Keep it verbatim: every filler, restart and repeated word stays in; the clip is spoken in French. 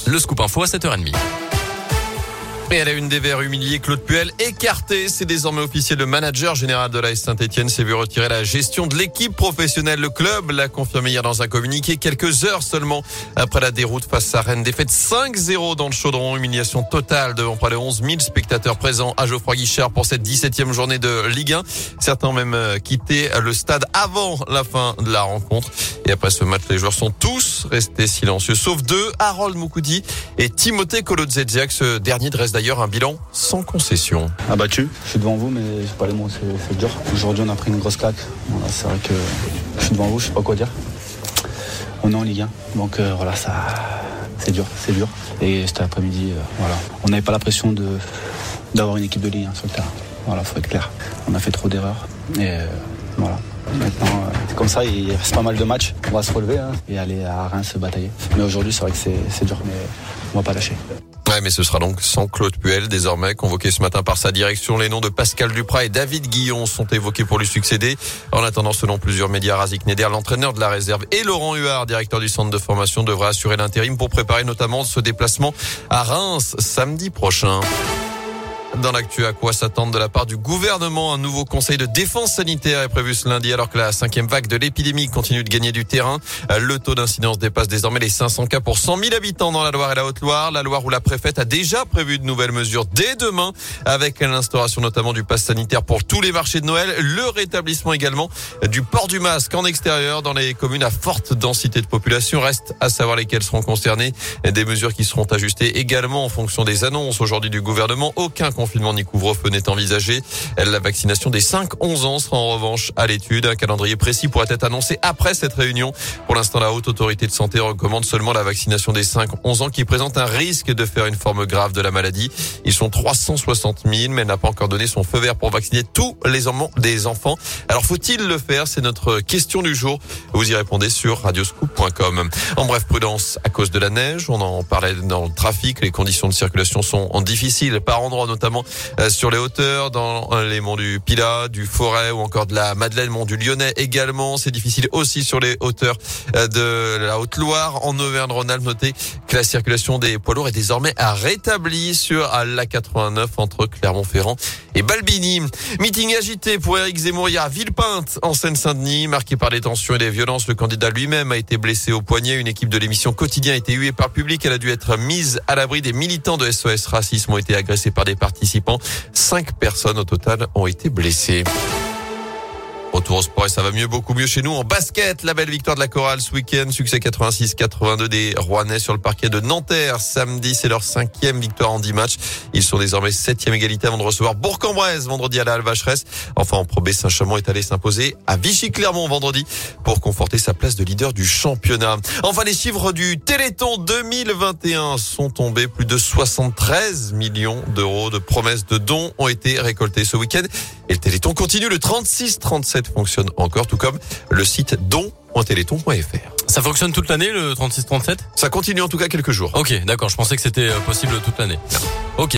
Le Scoop Info à sept heures trente. Et à la une des Verts humiliés, Claude Puel écarté. C'est désormais officiel. Le manager général de l'A S Saint-Etienne s'est vu retirer la gestion de l'équipe professionnelle. Le club l'a confirmé hier dans un communiqué, quelques heures seulement après la déroute face à Rennes. Défaite cinq zéro dans le chaudron. Humiliation totale devant près de onze mille spectateurs présents à Geoffroy Guichard pour cette dix-septième journée de Ligue un. Certains ont même quitté le stade avant la fin de la rencontre. Et après ce match, les joueurs sont tous restés silencieux, sauf deux, Harold Moukoudi et Timothée Kolodziejczak. Ce dernier dresse d'ailleurs un bilan sans concession. Abattu, je suis devant vous, mais j'ai pas les mots, c'est, c'est dur. Aujourd'hui, on a pris une grosse claque. Voilà, c'est vrai que je suis devant vous, je sais pas quoi dire. On est en Ligue un, donc euh, voilà, ça, c'est dur, c'est dur. Et cet après-midi, euh, voilà, on n'avait pas la pression de d'avoir une équipe de Ligue un sur le terrain. Voilà, faut être clair. On a fait trop d'erreurs et euh, voilà. Maintenant, euh, c'est comme ça, il reste pas mal de matchs. On va se relever hein, et aller à Reims se batailler. Mais aujourd'hui, c'est vrai que c'est, c'est dur, mais on va pas lâcher. Ouais, mais ce sera donc sans Claude Puel, désormais convoqué ce matin par sa direction. Les noms de Pascal Duprat et David Guillon sont évoqués pour lui succéder. En attendant, selon plusieurs médias, Razik Neder, l'entraîneur de la réserve, et Laurent Huard, directeur du centre de formation, devra assurer l'intérim pour préparer notamment ce déplacement à Reims samedi prochain. Dans l'actu, à quoi s'attendre de la part du gouvernement? Un nouveau conseil de défense sanitaire est prévu ce lundi alors que la cinquième vague de l'épidémie continue de gagner du terrain. Le taux d'incidence dépasse désormais les cinq cents cas pour cent mille habitants dans la Loire et la Haute-Loire. La Loire où la préfète a déjà prévu de nouvelles mesures dès demain avec l'instauration notamment du pass sanitaire pour tous les marchés de Noël. Le rétablissement également du port du masque en extérieur dans les communes à forte densité de population. Reste à savoir lesquelles seront concernées. Des mesures qui seront ajustées également en fonction des annonces aujourd'hui du gouvernement. Aucun confinement ni couvre-feu n'est envisagé. La vaccination des cinq onze ans sera en revanche à l'étude. Un calendrier précis pourrait être annoncé après cette réunion. Pour l'instant, la Haute Autorité de Santé recommande seulement la vaccination des cinq onze ans qui présentent un risque de faire une forme grave de la maladie. Ils sont trois cent soixante mille, mais elle n'a pas encore donné son feu vert pour vacciner tous les enfants. Alors faut-il le faire? C'est notre question du jour. Vous y répondez sur radioscoop point com. En bref, prudence à cause de la neige. On en parlait dans le trafic. Les conditions de circulation sont difficiles par endroits, notamment sur les hauteurs, dans les monts du Pilat, du Forêt ou encore de la Madeleine, mont du Lyonnais également. C'est difficile aussi sur les hauteurs de la Haute-Loire. En Auvergne-Rhône-Alpes, notez que la circulation des poids lourds est désormais rétablie sur l'A quatre-vingt-neuf entre Clermont-Ferrand et Balbini. Meeting agité pour Éric Zemmour hier à Villepinte en Seine-Saint-Denis, marqué par des tensions et des violences. Le candidat lui-même a été blessé au poignet. Une équipe de l'émission Quotidien a été huée par le public. Elle a dû être mise à l'abri. Des militants de S O S Racisme ont été agressés par des participants. Cinq personnes au total ont été blessées. Retour au sport et ça va mieux, beaucoup mieux chez nous. En basket, la belle victoire de la chorale ce week-end. Succès quatre-vingt-six quatre-vingt-deux des Rouennais sur le parquet de Nanterre. Samedi, c'est leur cinquième victoire en dix matchs. Ils sont désormais septième égalité avant de recevoir Bourg-en-Bresse vendredi à la Halle-Vacheresse. Enfin, en Pro B, Saint-Chamond est allé s'imposer à Vichy-Clermont vendredi pour conforter sa place de leader du championnat. Enfin, les chiffres du Téléthon deux mille vingt et un sont tombés. Plus de soixante-treize millions d'euros de promesses de dons ont été récoltés ce week-end. Et le Téléthon continue. Le trente-six trente-sept fonctionne encore, tout comme le site don point téléthon point f r. Ça fonctionne toute l'année, le trente-six trente-sept? Ça continue en tout cas quelques jours. Ok, d'accord. Je pensais que c'était possible toute l'année. Ok.